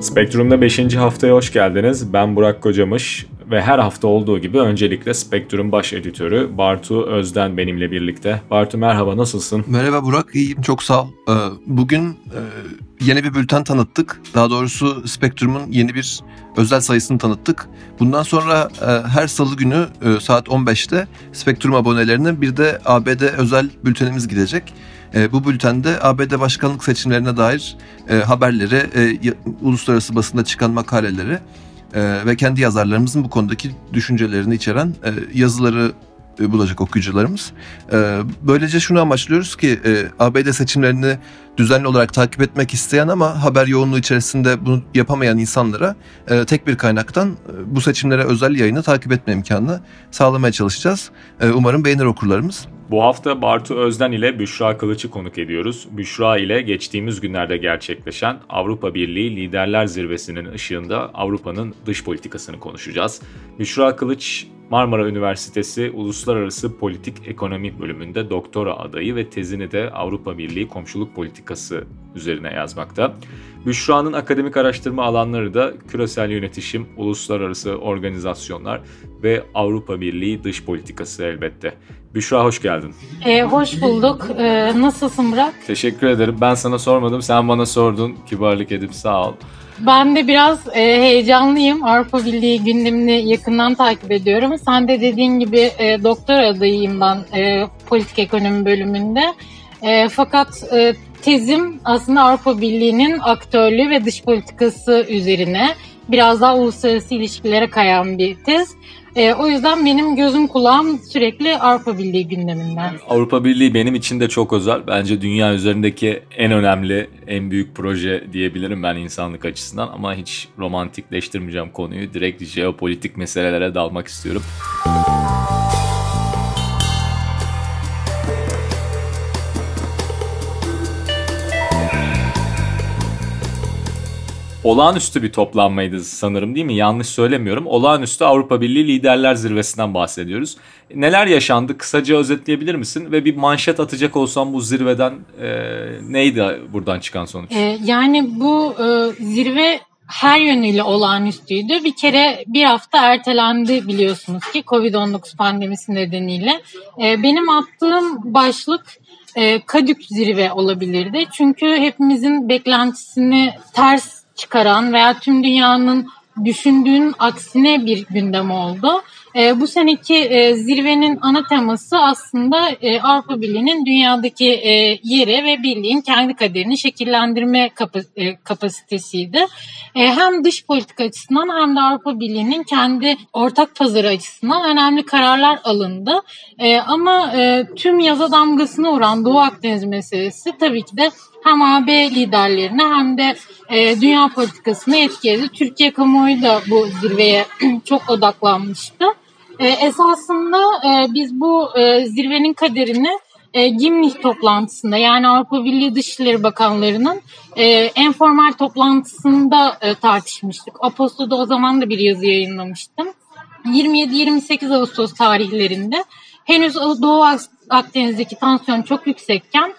Spektrum'da 5. haftaya hoş geldiniz. Ben Burak Kocamış ve her hafta olduğu gibi öncelikle Spektrum baş editörü Bartu Özden benimle birlikte. Bartu merhaba, nasılsın? Merhaba Burak, iyiyim, çok sağ ol. Bugün yeni bir bülten tanıttık. Daha doğrusu Spektrum'un yeni bir özel sayısını tanıttık. Bundan sonra her salı günü saat 15'te Spektrum abonelerine bir de ABD özel bültenimiz gidecek. Bu bültende ABD başkanlık seçimlerine dair haberleri, uluslararası basında çıkan makaleleri ve kendi yazarlarımızın bu konudaki düşüncelerini içeren yazıları bulacak okuyucularımız. Böylece şunu amaçlıyoruz ki ABD seçimlerini düzenli olarak takip etmek isteyen ama haber yoğunluğu içerisinde bunu yapamayan insanlara tek bir kaynaktan bu seçimlere özel yayını takip etme imkanını sağlamaya çalışacağız. Umarım beğenir okurlarımız. Bu hafta Bartu Özden ile Büşra Kılıç'ı konuk ediyoruz. Büşra ile geçtiğimiz günlerde gerçekleşen Avrupa Birliği Liderler Zirvesi'nin ışığında Avrupa'nın dış politikasını konuşacağız. Büşra Kılıç, Marmara Üniversitesi Uluslararası Politik Ekonomi bölümünde doktora adayı ve tezini de Avrupa Birliği Komşuluk Politikası üzerine yazmakta. Büşra'nın akademik araştırma alanları da küresel yönetişim, uluslararası organizasyonlar ve Avrupa Birliği dış politikası elbette. Büşra hoş geldin. Hoş bulduk. Nasılsın Burak? Teşekkür ederim. Ben sana sormadım, sen bana sordun. Kibarlık edip sağ ol. Ben de biraz heyecanlıyım. Avrupa Birliği gündemini yakından takip ediyorum. Sen de dediğin gibi doktor adayıyım ben politik ekonomi bölümünde. Fakat tezim aslında Avrupa Birliği'nin aktörlüğü ve dış politikası üzerine biraz daha uluslararası ilişkilere kayan bir tez. O yüzden benim gözüm kulağım sürekli Avrupa Birliği gündeminden. Avrupa Birliği benim için de çok özel. Bence dünya üzerindeki en önemli, en büyük proje diyebilirim ben insanlık açısından. Ama hiç romantikleştirmeyeceğim konuyu. Direkt jeopolitik meselelere dalmak istiyorum. Olağanüstü bir toplanmaydı sanırım, değil mi? Yanlış söylemiyorum. Olağanüstü Avrupa Birliği Liderler Zirvesi'nden bahsediyoruz. Neler yaşandı? Kısaca özetleyebilir misin? Ve bir manşet atacak olsam bu zirveden neydi buradan çıkan sonuç? Yani bu zirve her yönüyle olağanüstüydü. Bir kere bir hafta ertelendi biliyorsunuz ki Covid-19 pandemisi nedeniyle. Benim attığım başlık kadük zirve olabilirdi. Çünkü hepimizin beklentisini ters çıkaran veya tüm dünyanın düşündüğün aksine bir gündem oldu. Bu seneki zirvenin ana teması aslında Avrupa Birliği'nin dünyadaki yeri ve birliğin kendi kaderini şekillendirme kapasitesiydi. Hem dış politika açısından hem de Avrupa Birliği'nin kendi ortak pazarı açısından önemli kararlar alındı. Ama tüm yaza damgasını vuran Doğu Akdeniz meselesi tabii ki de hem AB liderlerine hem de dünya politikasını etkiledi. Türkiye kamuoyu da bu zirveye çok odaklanmıştı. Esasında biz bu zirvenin kaderini Gimlich toplantısında, yani Avrupa Birliği Dışişleri Bakanlarının enformal toplantısında tartışmıştık. Aposto'da o zaman da bir yazı yayınlamıştım. 27-28 Ağustos tarihlerinde henüz Doğu Akdeniz'deki tansiyon çok yüksekken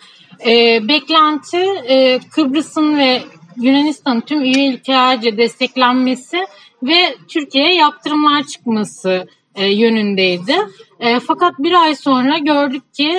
beklenti Kıbrıs'ın ve Yunanistan'ın tüm üye ülkelerce desteklenmesi ve Türkiye'ye yaptırımlar çıkması yönündeydi. Fakat bir ay sonra gördük ki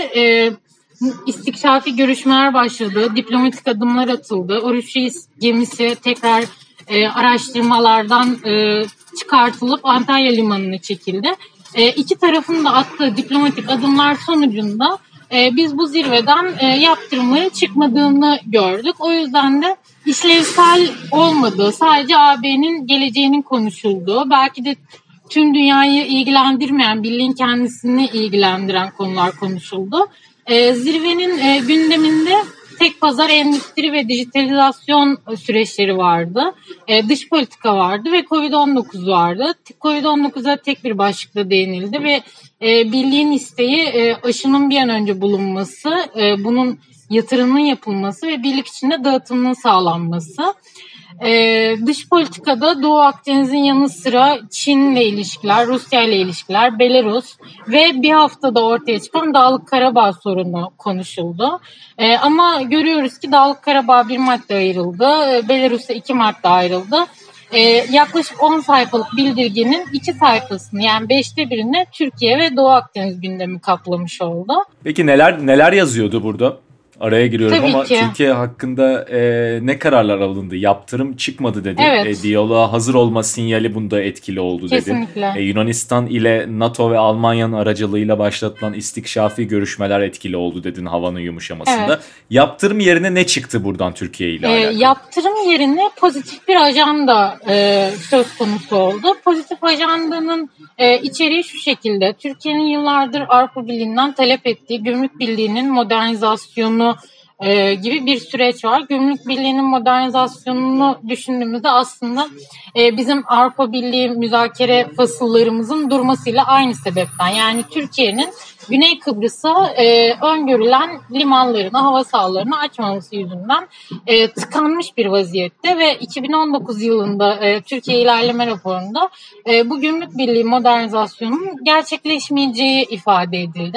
istikşafi görüşmeler başladı, diplomatik adımlar atıldı. Oruç Reis gemisi tekrar araştırmalardan çıkartılıp Antalya Limanı'na çekildi. İki tarafın da attığı diplomatik adımlar sonucunda biz bu zirveden yaptırımların çıkmadığını gördük. O yüzden de işlevsel olmadığı, sadece AB'nin geleceğinin konuşulduğu, belki de tüm dünyayı ilgilendirmeyen, birliğin kendisini ilgilendiren konular konuşuldu. Zirvenin gündeminde tek pazar, endüstri ve dijitalizasyon süreçleri vardı. Dış politika vardı ve Covid-19 vardı. Covid-19'a tek bir başlıkla değinildi ve birliğin isteği aşının bir an önce bulunması, bunun yatırımının yapılması ve birlik içinde dağıtımının sağlanması. Dış politikada Doğu Akdeniz'in yanı sıra Çin'le ilişkiler, Rusya'yla ilişkiler, Belarus ve bir haftada ortaya çıkan Dağlık Karabağ sorunu konuşuldu. Ama görüyoruz ki Dağlık Karabağ 1 Mart'ta ayrıldı, Belarus'a 2 Mart'ta ayrıldı. Yaklaşık 10 sayfalık bildirgenin 2 sayfasını, yani 5'te birini Türkiye ve Doğu Akdeniz gündemi kaplamış oldu. Peki neler yazıyordu burada? Araya giriyorum Tabii ama ki. Türkiye hakkında ne kararlar alındı? Yaptırım çıkmadı dedin. Evet. Diyaloğa hazır olma sinyali bunda etkili oldu dedin. Kesinlikle. Yunanistan ile NATO ve Almanya'nın aracılığıyla başlatılan istikşafi görüşmeler etkili oldu dedin havanın yumuşamasında. Evet. Yaptırım yerine ne çıktı buradan Türkiye ile alakalı? Yaptırım yerine pozitif bir ajanda söz konusu oldu. Pozitif ajandanın içeriği şu şekilde: Türkiye'nin yıllardır Avrupa Birliği'nden talep ettiği Gümrük Birliği'nin modernizasyonu gibi bir süreç var. Gümrük Birliği'nin modernizasyonunu düşündüğümüzde aslında bizim Avrupa Birliği müzakere fasıllarımızın durmasıyla aynı sebepten. Yani Türkiye'nin Güney Kıbrıs'a öngörülen limanlarını, hava sahalarını açmaması yüzünden tıkanmış bir vaziyette ve 2019 yılında Türkiye İlerleme Raporu'nda bu Gümrük Birliği modernizasyonunun gerçekleşmeyeceği ifade edildi.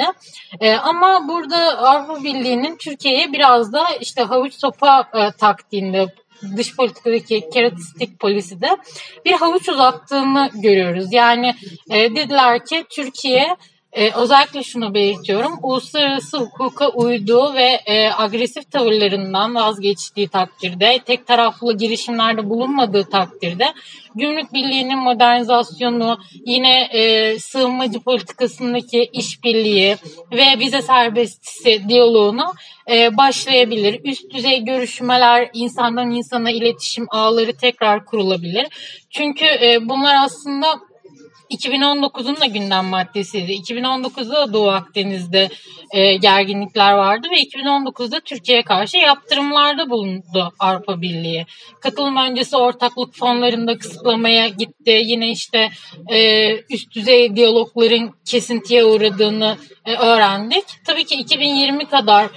Ama burada Avrupa Birliği'nin Türkiye'ye biraz da işte havuç sopa taktiğinde, dış politikadaki keratistik poliside bir havuç uzattığını görüyoruz. Yani dediler ki Türkiye, özellikle şunu belirtiyorum: uluslararası hukuka uyduğu ve agresif tavırlarından vazgeçtiği takdirde, tek taraflı girişimlerde bulunmadığı takdirde Gümrük Birliği'nin modernizasyonu, yine sığınmacı politikasındaki işbirliği ve vize serbestisi diyaloğunu başlayabilir. Üst düzey görüşmeler, insandan insana iletişim ağları tekrar kurulabilir. Çünkü bunlar aslında 2019'un da gündem maddesiydi. 2019'da da Doğu Akdeniz'de gerginlikler vardı ve 2019'da Türkiye'ye karşı yaptırımlarda bulundu Avrupa Birliği. Katılım öncesi ortaklık fonlarında kısıtlamaya gitti. Yine işte üst düzey diyalogların kesintiye uğradığını öğrendik. Tabii ki 2020 kadar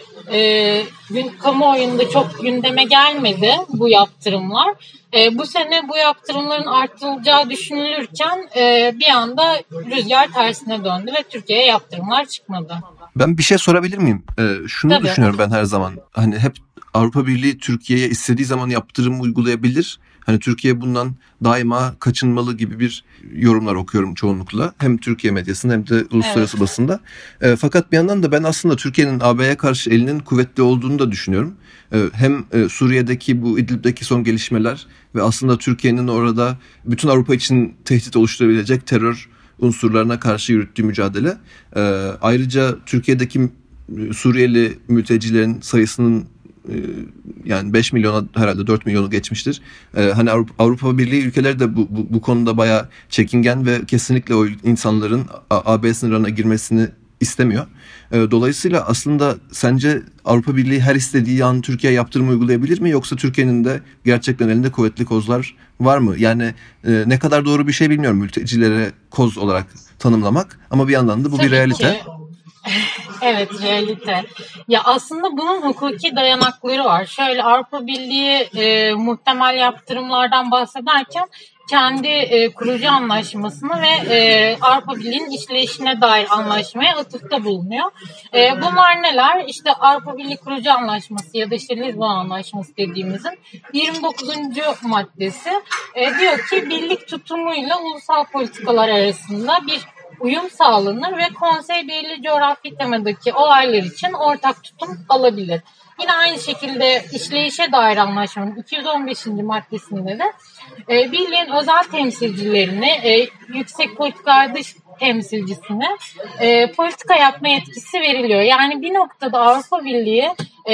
kamuoyunda çok gündeme gelmedi bu yaptırımlar. Bu sene bu yaptırımların arttırılacağı düşünülürken bir anda rüzgar tersine döndü ve Türkiye'ye yaptırımlar çıkmadı. Ben bir şey sorabilir miyim? Şunu Tabii. düşünüyorum ben her zaman. Hani hep Avrupa Birliği Türkiye'ye istediği zaman yaptırım uygulayabilir. Hani Türkiye bundan daima kaçınmalı gibi bir yorumlar okuyorum çoğunlukla. Hem Türkiye medyasında hem de uluslararası basında. Fakat bir yandan da ben aslında Türkiye'nin AB'ye karşı elinin kuvvetli olduğunu da düşünüyorum. Hem Suriye'deki bu İdlib'deki son gelişmeler ve aslında Türkiye'nin orada bütün Avrupa için tehdit oluşturabilecek terör unsurlarına karşı yürüttüğü mücadele. Ayrıca Türkiye'deki Suriyeli mültecilerin sayısının yani 5 milyona, herhalde 4 milyonu geçmiştir. Hani Avrupa Birliği ülkeleri de bu konuda bayağı çekingen ve kesinlikle o insanların AB sınırlarına girmesini istemiyor. Dolayısıyla aslında sence Avrupa Birliği her istediği an Türkiye yaptırım uygulayabilir mi? Yoksa Türkiye'nin de gerçekten elinde kuvvetli kozlar var mı? Yani ne kadar doğru bir şey bilmiyorum mültecilere koz olarak tanımlamak. Ama bir yandan da bu Tabii bir realite. ki. Evet, realite. Ya aslında bunun hukuki dayanakları var. Şöyle, Avrupa Birliği muhtemel yaptırımlardan bahsederken kendi kurucu anlaşmasını ve Avrupa Birliği'nin işleyişine dair anlaşmaya atıfta bulunuyor. Bunlar neler? İşte Avrupa Birliği kurucu anlaşması ya da işte Lizbon Anlaşması dediğimizin 29. maddesi diyor ki birlik tutumuyla ulusal politikalar arasında bir uyum sağlanır ve konsey belirli coğrafi temadaki olaylar için ortak tutum alabilir. Yine aynı şekilde işleyişe dair anlaşmanın 215. maddesinde de birliğin özel temsilcilerini, yüksek politikalar dış temsilcisine politika yapma yetkisi veriliyor. Yani bir noktada Avrupa Birliği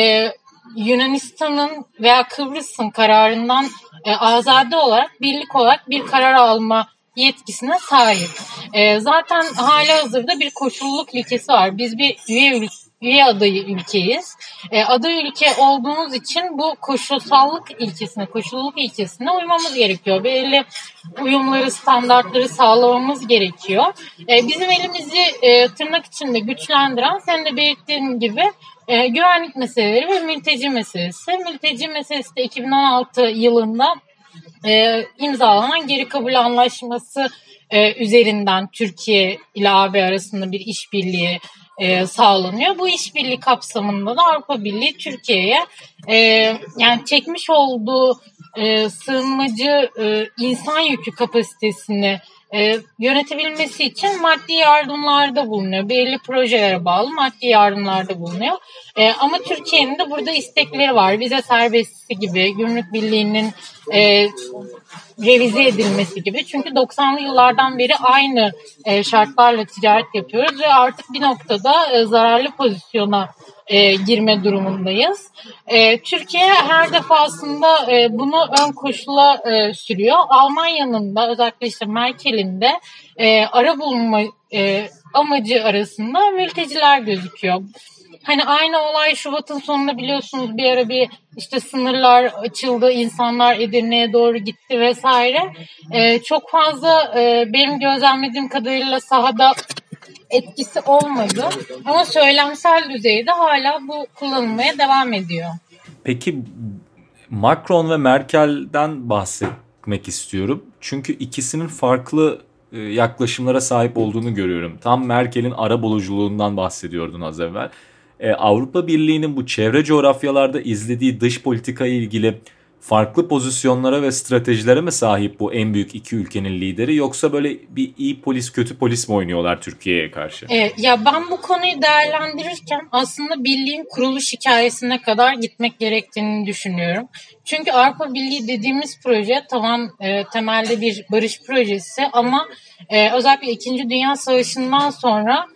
Yunanistan'ın veya Kıbrıs'ın kararından azade olarak, birlik olarak bir karar alma yetkisine sahip. Zaten halihazırda bir koşulluluk ilkesi var. Biz bir üye adayı ülkeyiz. Aday ülke olduğumuz için bu koşulluluk ilkesine uymamız gerekiyor. Belirli uyumları, standartları sağlamamız gerekiyor. Bizim elimizi tırnak içinde güçlendiren, senin de belirttiğin gibi güvenlik meseleleri ve mülteci meselesi. Mülteci meselesi de 2016 yılında imzalanan geri kabul anlaşması üzerinden Türkiye ile AB arasında bir işbirliği sağlanıyor. Bu işbirliği kapsamında da Avrupa Birliği Türkiye'ye yani çekmiş olduğu sığınmacı insan yükü kapasitesini yönetebilmesi için maddi yardımlarda bulunuyor. Belirli projelere bağlı maddi yardımlarda bulunuyor. Ama Türkiye'nin de burada istekleri var. Vize serbestisi gibi, gümrük birliğinin revize edilmesi gibi. Çünkü 90'lı yıllardan beri aynı şartlarla ticaret yapıyoruz ve artık bir noktada zararlı pozisyona girme durumundayız. Türkiye her defasında bunu ön koşula sürüyor. Almanya'nın da özellikle işte Merkel'in de ara bulunma amacı arasında mülteciler gözüküyor. Hani aynı olay Şubat'ın sonunda biliyorsunuz bir ara bir işte sınırlar açıldı, insanlar Edirne'ye doğru gitti vesaire. Çok fazla benim gözlemlediğim kadarıyla sahada etkisi olmadı ama söylemsel düzeyde hala bu kullanılmaya devam ediyor. Peki Macron ve Merkel'den bahsetmek istiyorum. Çünkü ikisinin farklı yaklaşımlara sahip olduğunu görüyorum. Tam Merkel'in arabuluculuğundan bahsediyordun az evvel. Avrupa Birliği'nin bu çevre coğrafyalarda izlediği dış politikaya ilgili farklı pozisyonlara ve stratejilere mi sahip bu en büyük iki ülkenin lideri, yoksa böyle bir iyi polis kötü polis mi oynuyorlar Türkiye'ye karşı? Ya ben bu konuyu değerlendirirken aslında birliğin kuruluş hikayesine kadar gitmek gerektiğini düşünüyorum. Çünkü Avrupa Birliği dediğimiz proje tamam temelde bir barış projesi ama özellikle 2. Dünya Savaşı'ndan sonra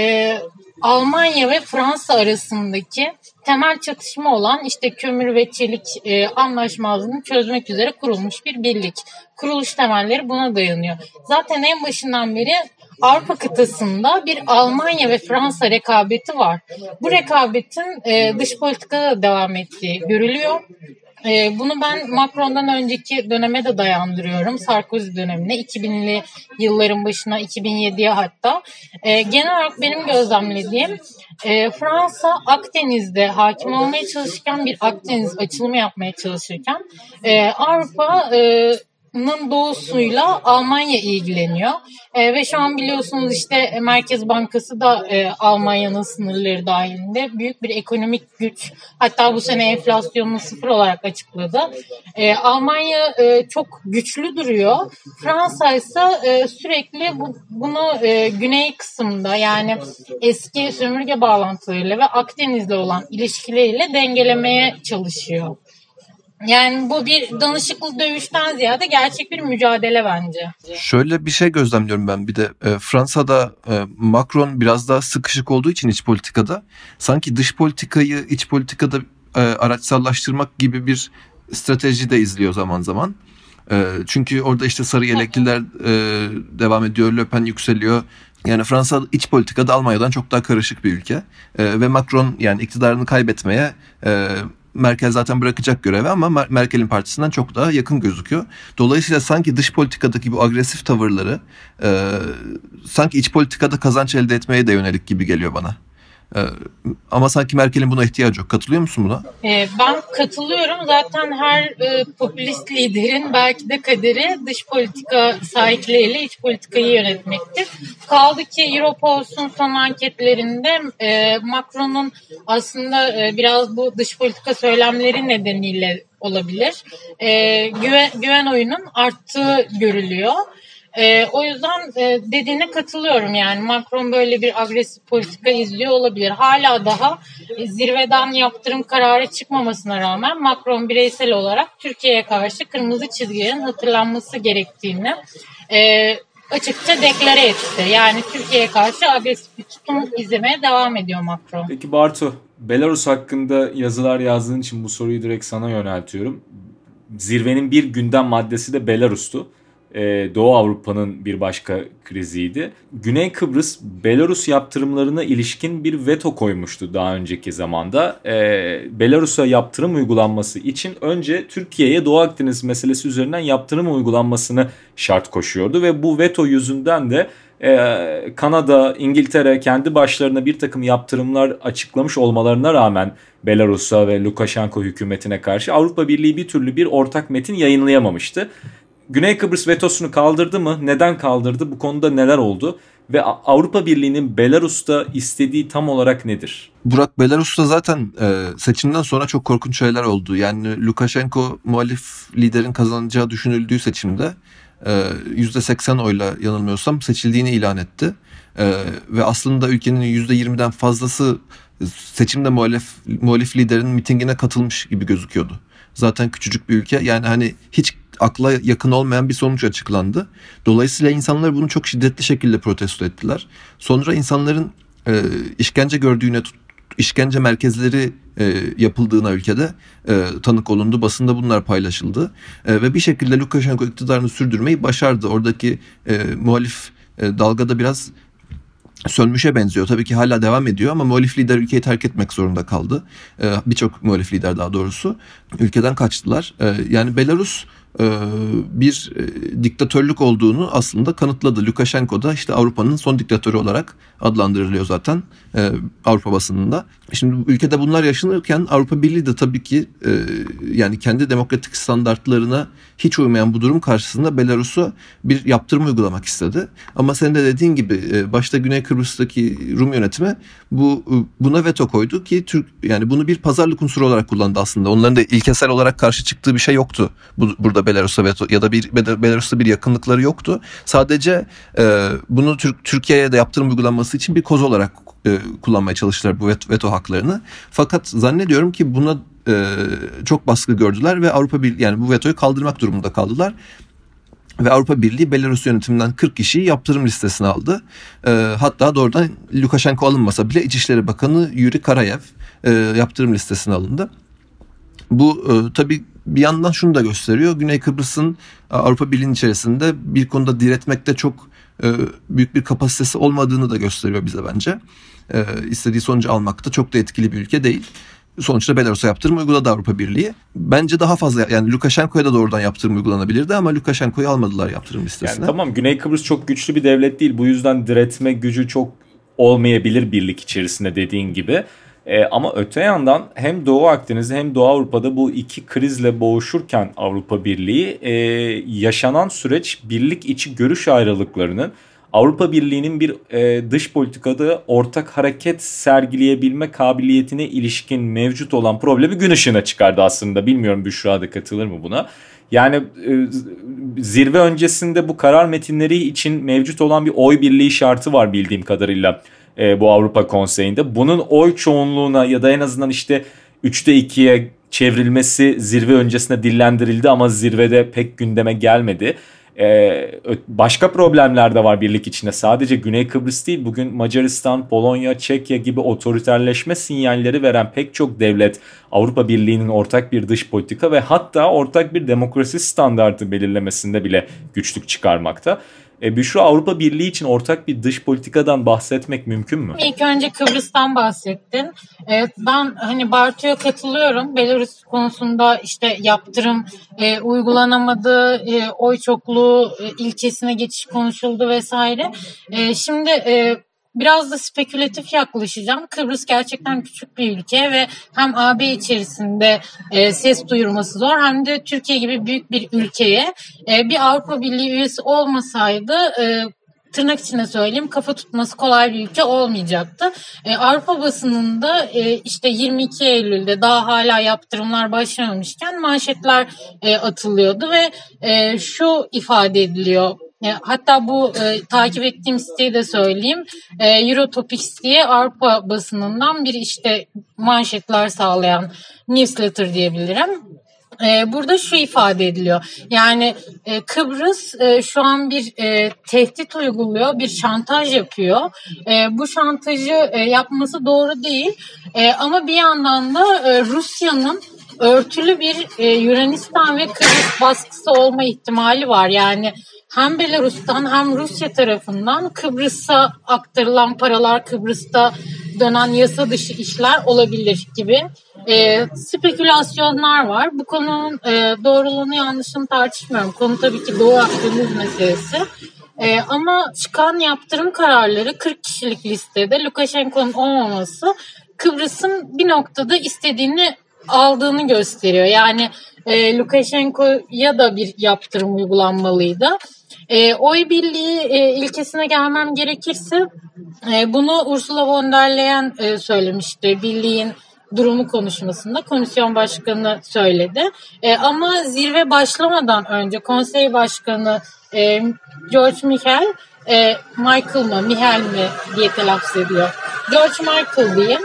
Almanya ve Fransa arasındaki temel çatışma olan işte kömür ve çelik anlaşmazlığını çözmek üzere kurulmuş bir birlik. Kuruluş temelleri buna dayanıyor. Zaten en başından beri Avrupa kıtasında bir Almanya ve Fransa rekabeti var. Bu rekabetin dış politikada da devam ettiği görülüyor. Bunu ben Macron'dan önceki döneme de dayandırıyorum. Sarkozy dönemine, 2000'li yılların başına, 2007'ye hatta. Genel olarak benim gözlemlediğim Fransa Akdeniz'de hakim olmaya çalışırken, bir Akdeniz açılımı yapmaya çalışırken Avrupa'nın doğusuyla Almanya ilgileniyor. Ve şu an biliyorsunuz işte Merkez Bankası da Almanya'nın sınırları dahilinde büyük bir ekonomik güç. Hatta bu sene enflasyonunu 0 olarak açıkladı. Almanya çok güçlü duruyor. Fransa ise sürekli bunu güney kısımda, yani eski sömürge bağlantılarıyla ve Akdeniz'le olan ilişkileriyle dengelemeye çalışıyor. Yani bu bir danışıklı dövüşten ziyade gerçek bir mücadele bence. Şöyle bir şey gözlemliyorum ben bir de. Fransa'da Macron biraz daha sıkışık olduğu için iç politikada sanki dış politikayı iç politikada araçsallaştırmak gibi bir strateji de izliyor zaman zaman. Çünkü orada işte sarı yelekliler devam ediyor, Le Pen yükseliyor. Yani Fransa iç politikada Almanya'dan çok daha karışık bir ülke. Ve Macron yani iktidarını kaybetmeye... Merkel zaten bırakacak görevi ama Merkel'in partisinden çok daha yakın gözüküyor. Dolayısıyla sanki dış politikadaki bu agresif tavırları sanki iç politikada kazanç elde etmeye de yönelik gibi geliyor bana. Ama sanki Merkel'in buna ihtiyacı yok. Katılıyor musun buna? Ben katılıyorum. Zaten her popülist liderin belki de kaderi dış politika sahipleriyle iç politikayı yönetmektir. Kaldı ki Europols'un son anketlerinde Macron'un aslında biraz bu dış politika söylemleri nedeniyle olabilir. Güven oyunun arttığı görülüyor. O yüzden dediğine katılıyorum, yani Macron böyle bir agresif politika izliyor olabilir. Hala daha zirveden yaptırım kararı çıkmamasına rağmen Macron bireysel olarak Türkiye'ye karşı kırmızı çizgilerin hatırlanması gerektiğini açıkça deklare etti. Yani Türkiye'ye karşı agresif bir tutum izlemeye devam ediyor Macron. Peki Bartu, Belarus hakkında yazılar yazdığın için bu soruyu direkt sana yöneltiyorum. Zirvenin bir gündem maddesi de Belarus'tu. Doğu Avrupa'nın bir başka kriziydi. Güney Kıbrıs, Belarus yaptırımlarına ilişkin bir veto koymuştu daha önceki zamanda. Belarus'a yaptırım uygulanması için önce Türkiye'ye Doğu Akdeniz meselesi üzerinden yaptırım uygulanmasını şart koşuyordu. Ve bu veto yüzünden de Kanada, İngiltere kendi başlarına bir takım yaptırımlar açıklamış olmalarına rağmen Belarus'a ve Lukashenko hükümetine karşı Avrupa Birliği bir türlü bir ortak metin yayınlayamamıştı. Güney Kıbrıs vetosunu kaldırdı mı? Neden kaldırdı? Bu konuda neler oldu? Ve Avrupa Birliği'nin Belarus'ta istediği tam olarak nedir? Burak, Belarus'ta zaten seçimden sonra çok korkunç şeyler oldu. Yani Lukashenko muhalif liderin kazanacağı düşünüldüğü seçimde %80 oyla yanılmıyorsam seçildiğini ilan etti. Ve aslında ülkenin %20'den fazlası seçimde muhalif liderin mitingine katılmış gibi gözüküyordu. Zaten küçücük bir ülke, yani hani hiç akla yakın olmayan bir sonuç açıklandı. Dolayısıyla insanlar bunu çok şiddetli şekilde protesto ettiler. Sonra insanların işkence gördüğüne, işkence merkezleri yapıldığına ülkede tanık olundu. Basında bunlar paylaşıldı. Ve bir şekilde Lukashenko iktidarını sürdürmeyi başardı. Oradaki muhalif dalgada biraz sönmüşe benziyor. Tabii ki hala devam ediyor ama muhalif lider ülkeyi terk etmek zorunda kaldı. Birçok muhalif lider daha doğrusu ülkeden kaçtılar. Yani Belarus bir diktatörlük olduğunu aslında kanıtladı. Lukashenko da işte Avrupa'nın son diktatörü olarak adlandırılıyor zaten Avrupa basınında. Şimdi ülkede bunlar yaşanırken Avrupa Birliği de tabii ki yani kendi demokratik standartlarına hiç uymayan bu durum karşısında Belarus'a bir yaptırım uygulamak istedi. Ama senin de dediğin gibi başta Güney Kıbrıs'taki Rum yönetimi buna veto koydu ki yani bunu bir pazarlık unsuru olarak kullandı aslında. Onların da ilkesel olarak karşı çıktığı bir şey yoktu. Burada Belarus'a veto ya da Belarus'ta bir yakınlıkları yoktu. Sadece bunu Türkiye'ye de yaptırım uygulanması için bir koz olarak kullanmaya çalıştılar bu veto haklarını. Fakat zannediyorum ki buna çok baskı gördüler ve Avrupa Birliği yani bu vetoyu kaldırmak durumunda kaldılar. Ve Avrupa Birliği Belarus yönetiminden 40 kişiyi yaptırım listesine aldı. Hatta doğrudan Lukashenko alınmasa bile İçişleri Bakanı Yuri Karayev yaptırım listesine alındı. Bu tabii bir yandan şunu da gösteriyor. Güney Kıbrıs'ın Avrupa Birliği'nin içerisinde bir konuda diretmekte çok büyük bir kapasitesi olmadığını da gösteriyor bize bence. İstediği sonucu almakta çok da etkili bir ülke değil. Sonuçta Belarus'a yaptırım uyguladı Avrupa Birliği. Bence daha fazla, yani Lukashenko'ya da doğrudan yaptırım uygulanabilirdi ama Lukashenko'yu almadılar yaptırım listesine. Yani tamam, Güney Kıbrıs çok güçlü bir devlet değil. Bu yüzden diretme gücü çok olmayabilir birlik içerisinde dediğin gibi. Ama öte yandan hem Doğu Akdeniz'de hem Doğu Avrupa'da bu iki krizle boğuşurken Avrupa Birliği yaşanan süreç birlik içi görüş ayrılıklarının Avrupa Birliği'nin bir dış politikada ortak hareket sergileyebilme kabiliyetine ilişkin mevcut olan problemi gün ışığına çıkardı aslında. Bilmiyorum Büşra da katılır mı buna? Yani zirve öncesinde bu karar metinleri için mevcut olan bir oy birliği şartı var bildiğim kadarıyla bu Avrupa Konseyi'nde. Bunun oy çoğunluğuna ya da en azından işte 3'te 2'ye çevrilmesi zirve öncesinde dillendirildi ama zirvede pek gündeme gelmedi. Başka problemler de var birlik içinde. Sadece Güney Kıbrıs değil, bugün Macaristan, Polonya, Çekya gibi otoriterleşme sinyalleri veren pek çok devlet Avrupa Birliği'nin ortak bir dış politika ve hatta ortak bir demokrasi standartı belirlemesinde bile güçlük çıkarmakta. Büşra, Avrupa Birliği için ortak bir dış politikadan bahsetmek mümkün mü? İlk önce Kıbrıs'tan bahsettin. Ben hani Bartu'ya katılıyorum. Belarus konusunda işte yaptırım uygulanamadı, oy çokluğu ilkesine geçiş konuşuldu vesaire. Şimdi biraz da spekülatif yaklaşacağım. Kıbrıs gerçekten küçük bir ülke ve hem AB içerisinde ses duyurması zor hem de Türkiye gibi büyük bir ülkeye bir Avrupa Birliği üyesi olmasaydı tırnak içinde söyleyeyim, kafa tutması kolay bir ülke olmayacaktı. Avrupa basınında işte 22 Eylül'de daha hala yaptırımlar başlamamışken manşetler atılıyordu ve şu ifade ediliyor. Hatta bu takip ettiğim siteyi de söyleyeyim. Eurotopics diye Avrupa basınından bir işte manşetler sağlayan newsletter diyebilirim. Burada şu ifade ediliyor. Yani Kıbrıs şu an bir tehdit uyguluyor, bir şantaj yapıyor. Bu şantajı yapması doğru değil. Ama bir yandan da Rusya'nın örtülü bir Yunanistan ve Kıbrıs baskısı olma ihtimali var. Yani hem Belarus'tan hem Rusya tarafından Kıbrıs'a aktarılan paralar, Kıbrıs'ta dönen yasa dışı işler olabilir gibi spekülasyonlar var. Bu konunun doğruluğunu yanlışını tartışmıyorum. Konu tabii ki Doğu Akdeniz meselesi. Ama çıkan yaptırım kararları 40 kişilik listede Lukashenko'nun olmaması Kıbrıs'ın bir noktada istediğini aldığını gösteriyor. Yani Lukashenko'ya da bir yaptırım uygulanmalıydı. Oy birliği ilkesine gelmem gerekirse bunu Ursula von der Leyen söylemişti. Birliğin durumu konuşmasında komisyon başkanı söyledi. Ama zirve başlamadan önce konsey başkanı George Michael Michael mi diye telaffuz ediyor. George Michael diyeyim.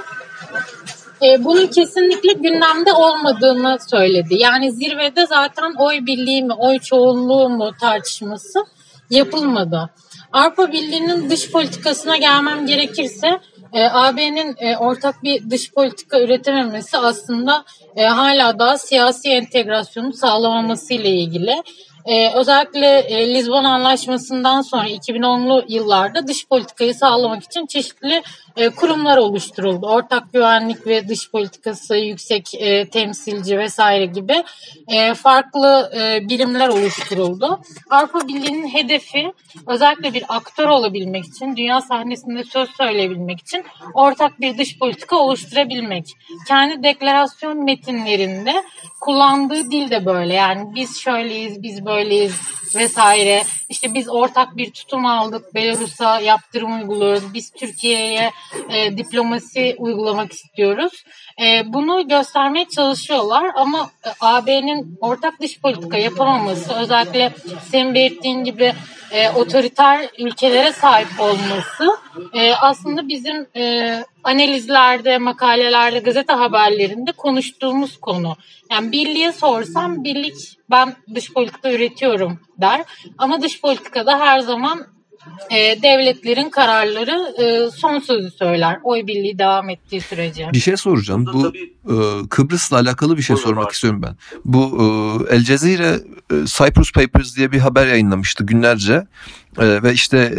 Bunun kesinlikle gündemde olmadığını söyledi. Yani zirvede zaten oy birliği mi, oy çoğunluğu mu tartışması yapılmadı. Avrupa Birliği'nin dış politikasına gelmem gerekirse AB'nin ortak bir dış politika üretememesi aslında hala daha siyasi entegrasyonu sağlamaması ile ilgili. Özellikle Lizbon Anlaşması'ndan sonra 2010'lu yıllarda dış politikayı sağlamak için çeşitli kurumlar oluşturuldu. Ortak güvenlik ve dış politikası, yüksek temsilci vesaire gibi farklı birimler oluşturuldu. Avrupa Birliği'nin hedefi özellikle bir aktör olabilmek için, dünya sahnesinde söz söyleyebilmek için ortak bir dış politika oluşturabilmek. Kendi deklarasyon metinlerinde kullandığı dil de böyle. Yani biz şöyleyiz, biz böyleyiz vesaire. İşte biz ortak bir tutum aldık, Belarus'a yaptırım uyguluyoruz, biz Türkiye'ye diplomasi uygulamak istiyoruz. Bunu göstermeye çalışıyorlar ama AB'nin ortak dış politika yapamaması, özellikle senin belirttiğin gibi otoriter ülkelere sahip olması aslında bizim analizlerde, makalelerde, gazete haberlerinde konuştuğumuz konu. Yani birliğe sorsam birlik ben dış politika üretiyorum der. Ama dış politikada her zaman devletlerin kararları son sözü söyler. Oy birliği devam ettiği sürece. Bir şey soracağım. Bu Kıbrıs'la alakalı bir şey sormak istiyorum ben. Bu El Cezire Cyprus Papers diye bir haber yayınlamıştı günlerce. Ve işte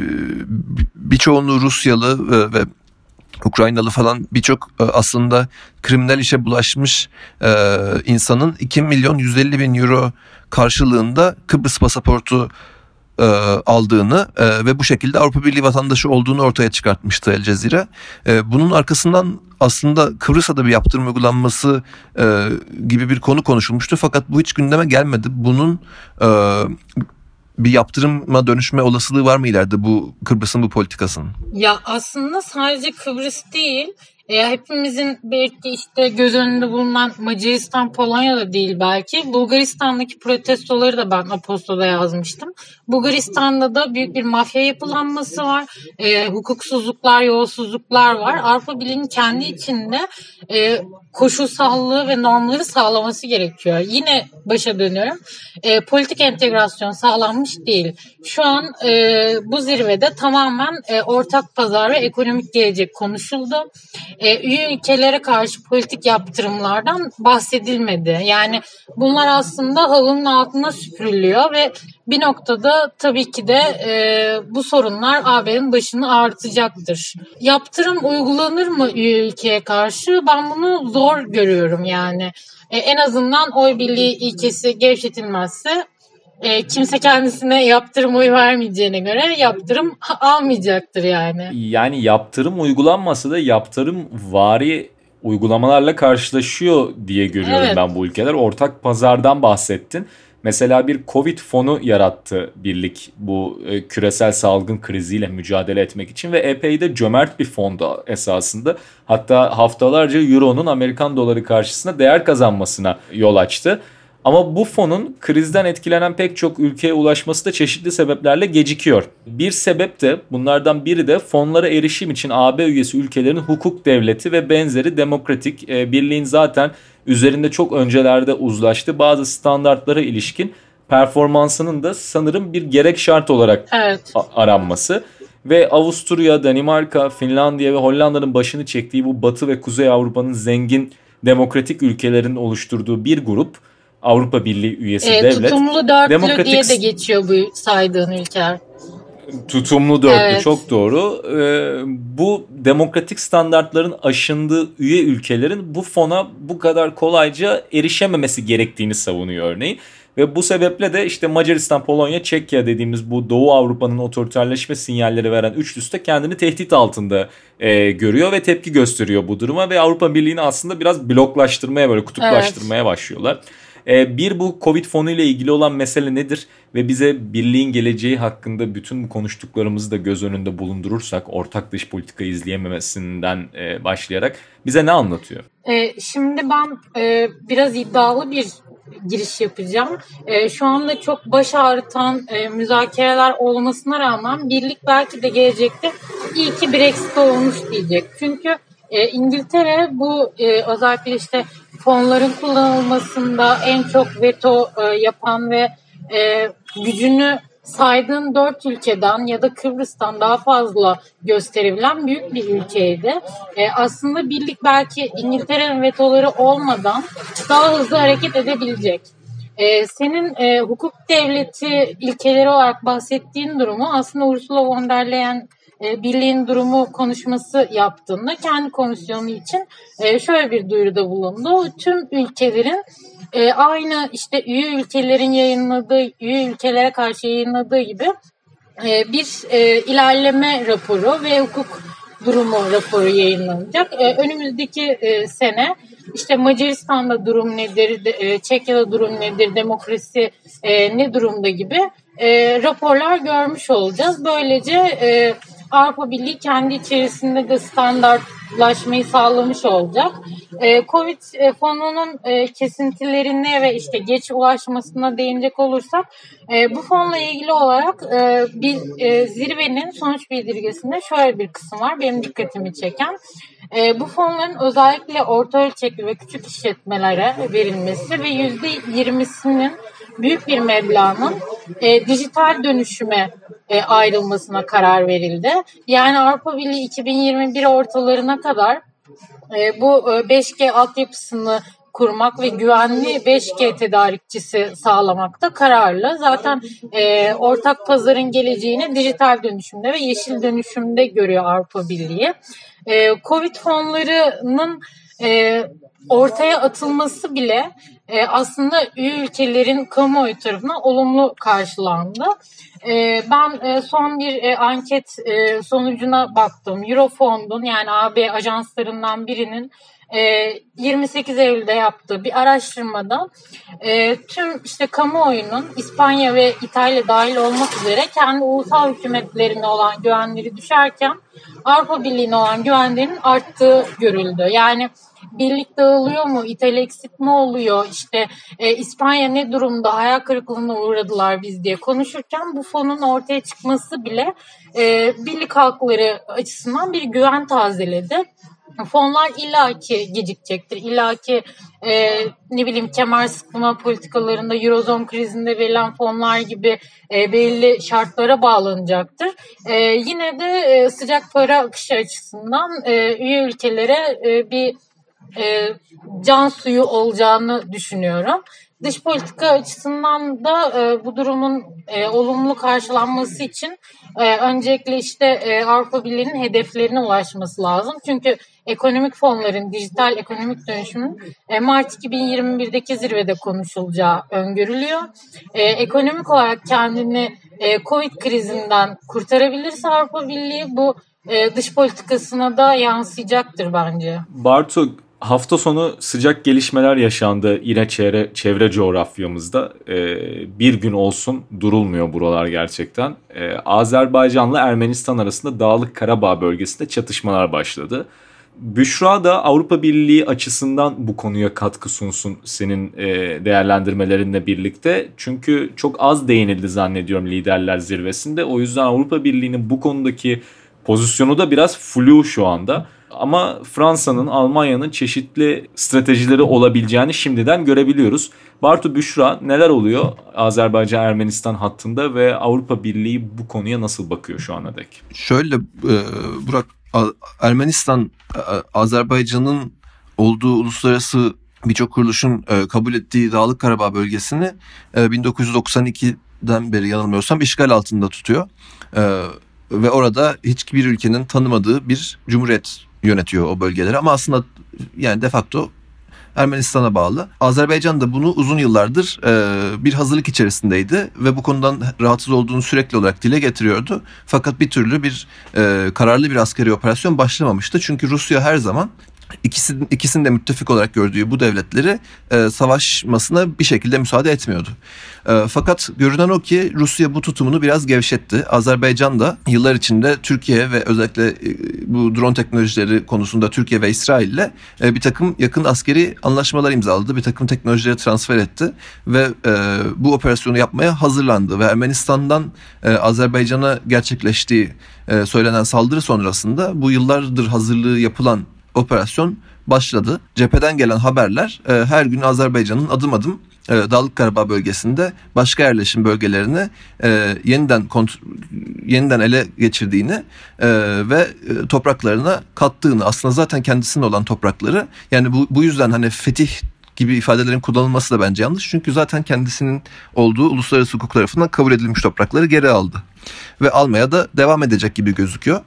birçoğunluğu Rusyalı ve Ukraynalı falan birçok aslında kriminal işe bulaşmış insanın 2 milyon 150 bin euro karşılığında Kıbrıs pasaportu aldığını ve bu şekilde Avrupa Birliği vatandaşı olduğunu ortaya çıkartmıştı El Cezire. Bunun arkasından aslında Kıbrıs'a da bir yaptırım uygulanması gibi bir konu konuşulmuştu. Fakat bu hiç gündeme gelmedi. Bunun bir yaptırıma dönüşme olasılığı var mı ileride bu Kıbrıs'ın bu politikasının? Ya aslında sadece Kıbrıs değil, hepimizin belki işte göz önünde bulunan Macaristan, Polonya da değil belki. Bulgaristan'daki protestoları da ben Aposto'da yazmıştım. Bulgaristan'da da büyük bir mafya yapılanması var. Hukuksuzluklar, yolsuzluklar var. Avrupa Birliği'nin kendi içinde koşulsallığı ve normları sağlaması gerekiyor. Yine başa dönüyorum. Politik entegrasyon sağlanmış değil. Şu an bu zirvede tamamen ortak pazar ve ekonomik gelecek konuşuldu. Üye ülkelere karşı politik yaptırımlardan bahsedilmedi. Yani bunlar aslında halının altına süpürülüyor ve bir noktada tabii ki de bu sorunlar AB'nin başını ağrıtacaktır. Yaptırım uygulanır mı üye ülkeye karşı? Ben bunu zor görüyorum yani. En azından oy birliği ilkesi gevşetilmezse kimse kendisine yaptırım oy vermeyeceğine göre yaptırım almayacaktır yani. Yani yaptırım uygulanmasa da yaptırım vari uygulamalarla karşılaşıyor diye görüyorum Evet. ben bu ülkeler. Ortak pazardan bahsettin. Mesela bir Covid fonu yarattı birlik bu küresel salgın kriziyle mücadele etmek için ve epey de cömert bir fondu esasında. Hatta haftalarca Euro'nun Amerikan doları karşısında değer kazanmasına yol açtı. Ama bu fonun krizden etkilenen pek çok ülkeye ulaşması da çeşitli sebeplerle gecikiyor. Bir sebep de bunlardan biri de fonlara erişim için AB üyesi ülkelerin hukuk devleti ve benzeri demokratik birliğin zaten üzerinde çok öncelerde uzlaştığı bazı standartlara ilişkin performansının da sanırım bir gerek şart olarak Evet. aranması. Ve Avusturya, Danimarka, Finlandiya ve Hollanda'nın başını çektiği bu Batı ve Kuzey Avrupa'nın zengin demokratik ülkelerin oluşturduğu bir grup, Avrupa Birliği üyesi devlet. Tutumlu dörtlü diye de geçiyor bu saydığın ülkeler. Tutumlu dörtlü, çok doğru. Bu demokratik standartların aşındığı üye ülkelerin bu fona bu kadar kolayca erişememesi gerektiğini savunuyor örneğin. Ve bu sebeple de işte Macaristan, Polonya, Çekya dediğimiz bu Doğu Avrupa'nın otoriterleşme sinyalleri veren üçlüsü de kendini tehdit altında görüyor ve tepki gösteriyor bu duruma ve Avrupa Birliği'ni aslında biraz bloklaştırmaya, böyle kutuplaştırmaya başlıyorlar. Bu Covid fonu ile ilgili olan mesele nedir ve bize birliğin geleceği hakkında bütün bu konuştuklarımızı da göz önünde bulundurursak, ortak dış politika izleyememesinden başlayarak bize ne anlatıyor? Şimdi ben biraz iddialı bir giriş yapacağım. Şu anda çok baş ağrıtan müzakereler olmasına rağmen birlik belki de gelecekte iyi ki Brexit olmuş diyecek. Çünkü İngiltere bu özellikle işte fonların kullanılmasında en çok veto yapan ve gücünü saydığın 4 ülkeden ya da Kıbrıs'tan daha fazla gösterebilen büyük bir ülkeydi. Aslında birlik belki İngiltere'nin vetoları olmadan daha hızlı hareket edebilecek. Senin hukuk devleti ilkeleri olarak bahsettiğin durumu aslında Ursula von der Leyen birliğin durumu konuşması yaptığında kendi komisyonu için şöyle bir duyuruda bulundu. Tüm ülkelerin aynı işte üye ülkelerin üye ülkelere karşı yayınladığı gibi bir ilerleme raporu ve hukuk durumu raporu yayınlanacak. Önümüzdeki sene işte Macaristan'da durum nedir, Çekya'da durum nedir, demokrasi ne durumda gibi raporlar görmüş olacağız. Böylece Avrupa Birliği kendi içerisinde de standartlaşmayı sağlamış olacak. Covid fonunun kesintilerine ve işte geç ulaşmasına değinecek olursak bu fonla ilgili olarak bir zirvenin sonuç bildirgesinde şöyle bir kısım var benim dikkatimi çeken. Bu fonların özellikle orta ölçekli ve küçük işletmelere verilmesi ve %20'sinin büyük bir meblağın dijital dönüşüme ayrılmasına karar verildi. Yani Avrupa Birliği 2021 ortalarına kadar bu 5G altyapısını kurmak ve güvenli 5G tedarikçisi sağlamakta kararlı. Zaten ortak pazarın geleceğini dijital dönüşümde ve yeşil dönüşümde görüyor Avrupa Birliği. Covid fonlarının ortaya atılması bile aslında üye ülkelerin kamuoyu tarafından olumlu karşılandı. Ben son bir anket sonucuna baktım. Eurofond'un yani AB ajanslarından birinin 28 Eylül'de yaptığı bir araştırmada tüm işte kamuoyunun İspanya ve İtalya dahil olmak üzere kendi ulusal hükümetlerine olan güvenleri düşerken Avrupa Birliği'ne olan güvenlerin arttığı görüldü. Yani birlik dağılıyor mu? İtalya eksik mi oluyor? İşte İspanya ne durumda? Hayal kırıklığına uğradılar biz diye konuşurken bu fonun ortaya çıkması bile birlik halkları açısından bir güven tazeledi. Fonlar illaki gecikecektir. İllaki kemer sıkma politikalarında Eurozone krizinde verilen fonlar gibi belirli şartlara bağlanacaktır. Yine de sıcak para akışı açısından üye ülkelere bir can suyu olacağını düşünüyorum. Dış politika açısından da bu durumun olumlu karşılanması için öncelikle işte Avrupa Birliği'nin hedeflerine ulaşması lazım. Çünkü ekonomik fonların dijital ekonomik dönüşümün Mart 2021'deki zirvede konuşulacağı öngörülüyor. Ekonomik olarak kendini Covid krizinden kurtarabilirse Avrupa Birliği bu dış politikasına da yansıyacaktır bence. Bartu, hafta sonu sıcak gelişmeler yaşandı yine çevre coğrafyamızda. Bir gün olsun durulmuyor buralar gerçekten. Azerbaycan'la Ermenistan arasında Dağlık Karabağ bölgesinde çatışmalar başladı. Büşra da Avrupa Birliği açısından bu konuya katkı sunsun senin değerlendirmelerinle birlikte. Çünkü çok az değinildi zannediyorum liderler zirvesinde. O yüzden Avrupa Birliği'nin bu konudaki pozisyonu da biraz flu şu anda. Ama Fransa'nın, Almanya'nın çeşitli stratejileri olabileceğini şimdiden görebiliyoruz. Bartu, Büşra, neler oluyor Azerbaycan-Ermenistan hattında ve Avrupa Birliği bu konuya nasıl bakıyor şu ana dek? Şöyle Burak, Ermenistan, Azerbaycan'ın olduğu uluslararası birçok kuruluşun kabul ettiği Dağlık Karabağ bölgesini 1992'den beri yanılmıyorsam işgal altında tutuyor. Ve orada hiçbir ülkenin tanımadığı bir cumhuriyet yönetiyor o bölgeleri. Ama aslında yani de facto Ermenistan'a bağlı. Azerbaycan da bunu uzun yıllardır bir hazırlık içerisindeydi ve bu konudan rahatsız olduğunu sürekli olarak dile getiriyordu. Fakat bir türlü kararlı bir askeri operasyon başlamamıştı. Çünkü Rusya her zaman ikisini de müttefik olarak gördüğü bu devletleri savaşmasına bir şekilde müsaade etmiyordu. Fakat görünen o ki Rusya bu tutumunu biraz gevşetti. Azerbaycan da yıllar içinde Türkiye ve özellikle bu drone teknolojileri konusunda Türkiye ve İsrail ile bir takım yakın askeri anlaşmalar imzaladı. Bir takım teknolojileri transfer etti ve bu operasyonu yapmaya hazırlandı. Ve Ermenistan'dan Azerbaycan'a gerçekleştiği söylenen saldırı sonrasında bu yıllardır hazırlığı yapılan operasyon başladı. Cepheden gelen haberler her gün Azerbaycan'ın adım adım Dağlık Karabağ bölgesinde başka yerleşim bölgelerini yeniden ele geçirdiğini ve topraklarına kattığını, aslında zaten kendisinin olan toprakları, yani bu yüzden hani fetih gibi ifadelerin kullanılması da bence yanlış. Çünkü zaten kendisinin olduğu uluslararası hukuk tarafından kabul edilmiş toprakları geri aldı. Ve almaya da devam edecek gibi gözüküyor.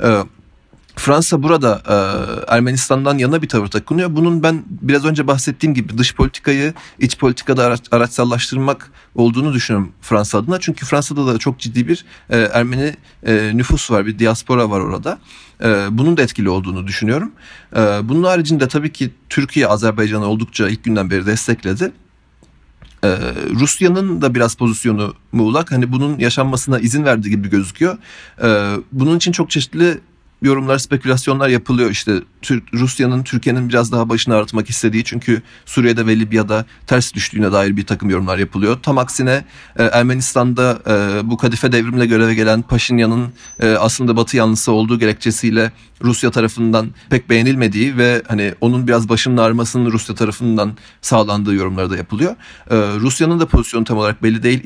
Fransa burada Ermenistan'dan yana bir tavır takınıyor. Bunun ben biraz önce bahsettiğim gibi dış politikayı iç politikada araçsallaştırmak olduğunu düşünüyorum Fransa adına. Çünkü Fransa'da da çok ciddi bir Ermeni nüfus var, bir diaspora var orada. Bunun da etkili olduğunu düşünüyorum. Bunun haricinde tabii ki Türkiye Azerbaycan'ı oldukça ilk günden beri destekledi. Rusya'nın da biraz pozisyonu muğlak. Hani bunun yaşanmasına izin verdiği gibi gözüküyor. Bunun için çok çeşitli yorumlar, spekülasyonlar yapılıyor. İşte Rusya'nın Türkiye'nin biraz daha başını ağrıtmak istediği, çünkü Suriye'de ve Libya'da ters düştüğüne dair bir takım yorumlar yapılıyor. Tam aksine Ermenistan'da bu kadife devrimle göreve gelen Paşinyan'ın aslında Batı yanlısı olduğu gerekçesiyle Rusya tarafından pek beğenilmediği ve hani onun biraz başının ağrımasının Rusya tarafından sağlandığı yorumları da yapılıyor. Rusya'nın da pozisyonu tam olarak belli değil.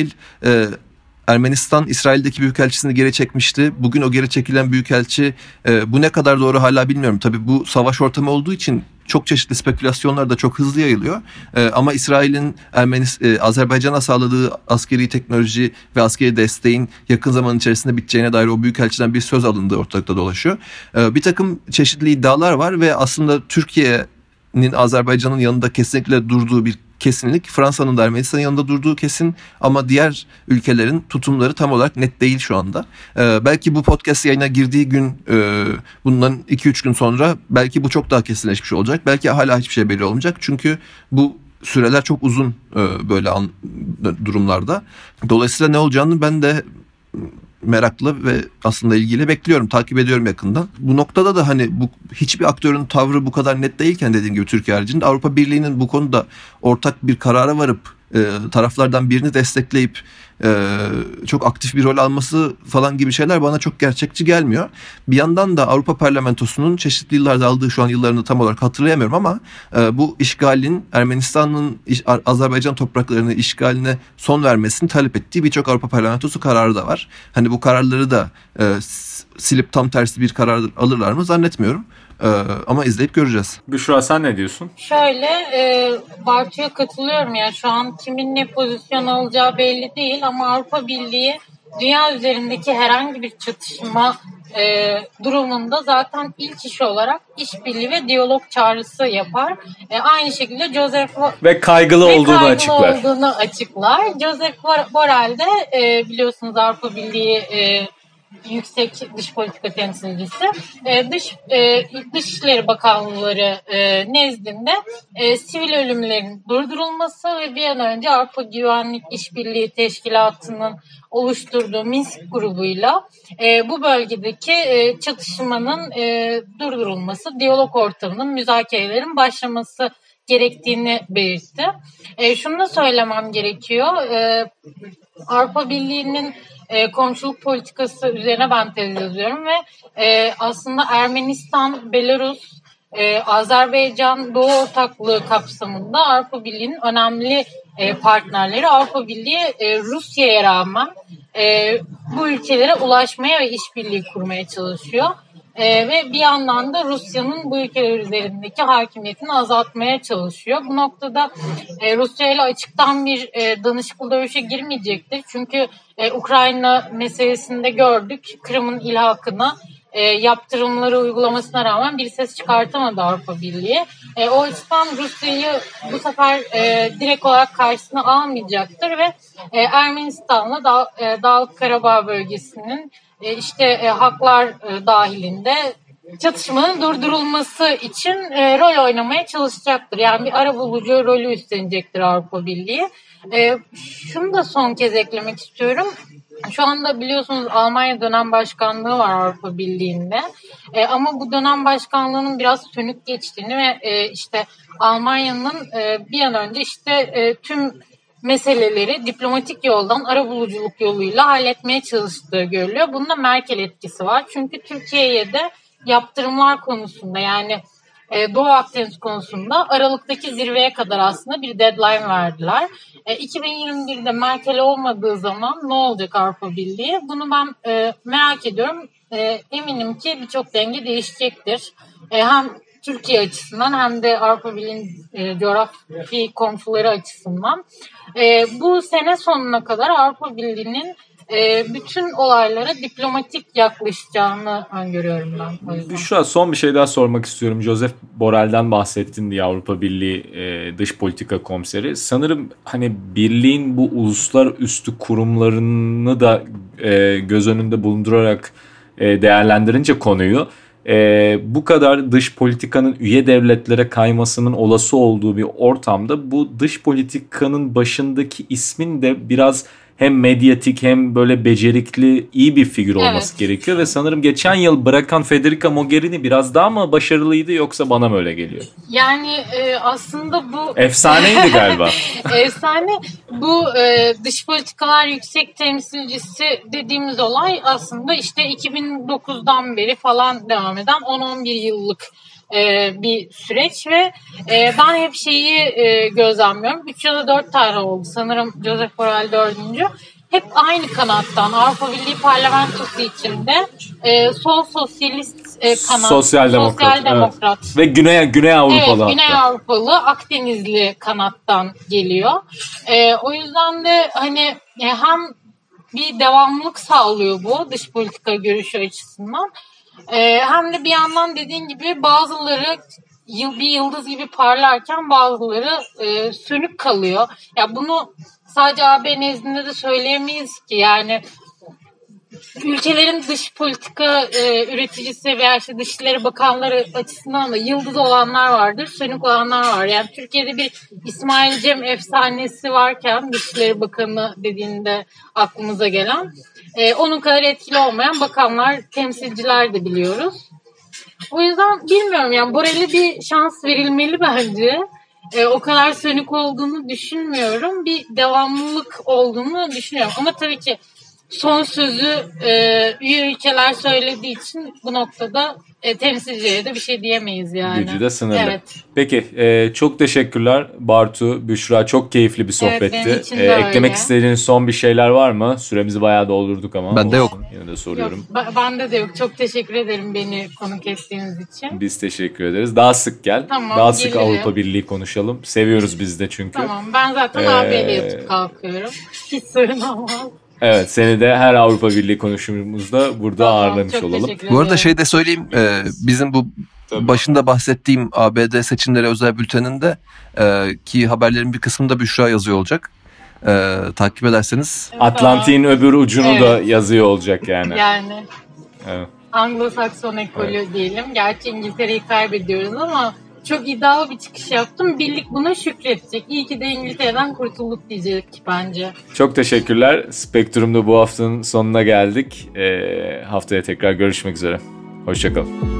Ermenistan İsrail'deki büyükelçisini geri çekmişti. Bugün o geri çekilen büyükelçi, bu ne kadar doğru hala bilmiyorum. Tabii bu savaş ortamı olduğu için çok çeşitli spekülasyonlar da çok hızlı yayılıyor. Ama İsrail'in Azerbaycan'a sağladığı askeri teknoloji ve askeri desteğin yakın zaman içerisinde biteceğine dair o büyükelçiden bir söz alındığı ortalıkta dolaşıyor. Bir takım çeşitli iddialar var ve aslında Türkiye'nin Azerbaycan'ın yanında kesinlikle durduğu bir kesinlik, Fransa'nın da Ermenistan'ın yanında durduğu kesin, ama diğer ülkelerin tutumları tam olarak net değil şu anda. Belki bu podcast yayına girdiği gün, bundan 2-3 gün sonra belki bu çok daha kesinleşmiş olacak. Belki hala hiçbir şey belli olmayacak. Çünkü bu süreler çok uzun böyle durumlarda. Dolayısıyla ne olacağını ben de meraklı ve aslında ilgili bekliyorum, takip ediyorum yakından. Bu noktada da hani hiçbir aktörün tavrı bu kadar net değilken, dediğim gibi Türkiye haricinde, Avrupa Birliği'nin bu konuda ortak bir karara varıp taraflardan birini destekleyip çok aktif bir rol alması falan gibi şeyler bana çok gerçekçi gelmiyor. Bir yandan da Avrupa Parlamentosu'nun çeşitli yıllarda aldığı, şu an yıllarını tam olarak hatırlayamıyorum ama bu işgalin, Ermenistan'ın Azerbaycan topraklarını işgaline son vermesini talep ettiği birçok Avrupa Parlamentosu kararı da var. Hani bu kararları da silip tam tersi bir karar alırlar mı zannetmiyorum. Ama izleyip göreceğiz. Büşra, sen ne diyorsun? Şöyle, Bartu'ya katılıyorum ya, şu an kimin ne pozisyon alacağı belli değil ama Avrupa Birliği dünya üzerindeki herhangi bir çatışma durumunda zaten ilk iş olarak işbirliği ve diyalog çağrısı yapar. Aynı şekilde ve kaygılı olduğunu açıklar. Josep Borrell de biliyorsunuz Avrupa Birliği yüksek dış politika temsilcisi, Dışişleri Bakanları nezdinde sivil ölümlerin durdurulması ve bir an önce Avrupa Güvenlik İşbirliği Teşkilatı'nın oluşturduğu Minsk grubuyla bu bölgedeki çatışmanın durdurulması, diyalog ortamının, müzakerelerin başlaması gerektiğini belirtti. Şunu da söylemem gerekiyor. Avrupa Birliği'nin komşuluk politikası üzerine ben tez yazıyorum ve aslında Ermenistan, Belarus, Azerbaycan Doğu Ortaklığı kapsamında Avrupa Birliği'nin önemli partnerleri. Avrupa Birliği Rusya'ya rağmen bu ülkelere ulaşmaya ve işbirliği kurmaya çalışıyor. Ve bir yandan da Rusya'nın bu ülkeler üzerindeki hakimiyetini azaltmaya çalışıyor. Bu noktada Rusya ile açıktan bir danışıklı dövüşe girmeyecektir. Çünkü Ukrayna meselesinde gördük, Kırım'ın ilhakına yaptırımları uygulamasına rağmen bir ses çıkartamadı Avrupa Birliği. O açıdan Rusya'yı bu sefer direkt olarak karşısına almayacaktır ve Ermenistan'la Dağlık Karabağ bölgesinin haklar dahilinde çatışmanın durdurulması için rol oynamaya çalışacaktır. Yani bir arabulucu rolü üstlenecektir Avrupa Birliği. Şunu da son kez eklemek istiyorum. Şu anda biliyorsunuz Almanya dönem başkanlığı var Avrupa Birliği'nde. Ama bu dönem başkanlığının biraz sönük geçtiğini ve Almanya'nın bir an önce tüm meseleleri diplomatik yoldan arabuluculuk yoluyla halletmeye çalıştığı görülüyor. Bunda Merkel etkisi var. Çünkü Türkiye'ye de yaptırımlar konusunda yani Doğu Akdeniz konusunda Aralık'taki zirveye kadar aslında bir deadline verdiler. 2021'de Merkel olmadığı zaman ne olacak Avrupa Birliği? Bunu ben merak ediyorum. Eminim ki birçok denge değişecektir. Hem Türkiye açısından hem de Avrupa Birliği'nin coğrafi komşuları açısından. Bu sene sonuna kadar Avrupa Birliği'nin bütün olaylara diplomatik yaklaşacağını öngörüyorum ben. O yüzden. Büşra, son bir şey daha sormak istiyorum. Josep Borrell'den bahsettin diye, Avrupa Birliği dış politika komiseri. Sanırım hani birliğin bu uluslararası kurumlarını da göz önünde bulundurarak değerlendirince konuyu, bu kadar dış politikanın üye devletlere kaymasının olası olduğu bir ortamda bu dış politikanın başındaki ismin de biraz hem medyatik hem böyle becerikli, iyi bir figür olması gerekiyor ve sanırım geçen yıl bırakan Federica Mogherini biraz daha mı başarılıydı, yoksa bana mı öyle geliyor? Yani aslında bu efsaneydi galiba. Efsane. Bu dış politikalar yüksek temsilcisi dediğimiz olay aslında 2009'dan beri falan devam eden 10-11 yıllık bir süreç ve ben hep şeyi gözlemliyorum. 3 ya da 4 tane oldu. Sanırım Josep Borrell 4. Hep aynı kanattan Avrupa Birliği parlamentosu içinde sol sosyalist kanat, Sosyal demokrat. Evet. Ve Güney Avrupalı. Evet, Güney Avrupalı, Akdenizli kanattan geliyor. O yüzden de hani hem bir devamlılık sağlıyor bu dış politika görüşü açısından. Hem de bir yandan dediğin gibi bazıları bir yıldız gibi parlarken bazıları sönük kalıyor. Ya bunu sadece AB nezdinde de söyleyemeyiz ki. Yani ülkelerin dış politika üreticisi veya Dışişleri Bakanları açısından da yıldız olanlar vardır, sönük olanlar var. Yani Türkiye'de bir İsmail Cem efsanesi varken Dışişleri Bakanı dediğinde aklımıza gelen, onun kadar etkili olmayan bakanlar, temsilciler de biliyoruz. O yüzden bilmiyorum, yani Borrell'e bir şans verilmeli bence. O kadar sönük olduğunu düşünmüyorum. Bir devamlılık olduğunu düşünüyorum. Ama tabii ki son sözü üye ülkeler söylediği için bu noktada temsilciye de bir şey diyemeyiz yani. Gücü de sınırlı. Evet. Peki, çok teşekkürler Bartu, Büşra. Çok keyifli bir sohbetti. Evet, benim için de eklemek öyle. istediğiniz son bir şeyler var mı? Süremizi bayağı doldurduk ama. Bende yok. Yine de soruyorum. Yok, bende de yok. Çok teşekkür ederim beni konuk ettiğiniz için. Biz teşekkür ederiz. Daha sık gel. Tamam, Daha sık gelirim. Avrupa Birliği konuşalım. Seviyoruz biz de çünkü. Tamam, ben zaten AB'yle yatıp kalkıyorum. Hiç sorun olmaz. Evet, seni de her Avrupa Birliği konuşmamızda burada Tamam, ağırlamış çok olalım. teşekkür Bu arada ederim. şey de söyleyeyim, bizim bu Tabii. başında bahsettiğim ABD seçimleri özel bülteninde ki haberlerin bir kısmında Büşra yazıyor olacak. Takip ederseniz. Atlantik'in öbür ucunu Evet. da yazıyor olacak yani. Yani Evet. Anglo-Sakson ekolü diyelim. Gerçi İngiltere'yi kaybediyoruz ama çok iddialı bir çıkış yaptım. Birlik buna şükredecek. İyi ki de İngiltere'den kurtulduk diyecek bence. Çok teşekkürler. Spektrum'da bu haftanın sonuna geldik. Haftaya tekrar görüşmek üzere. Hoşçakalın.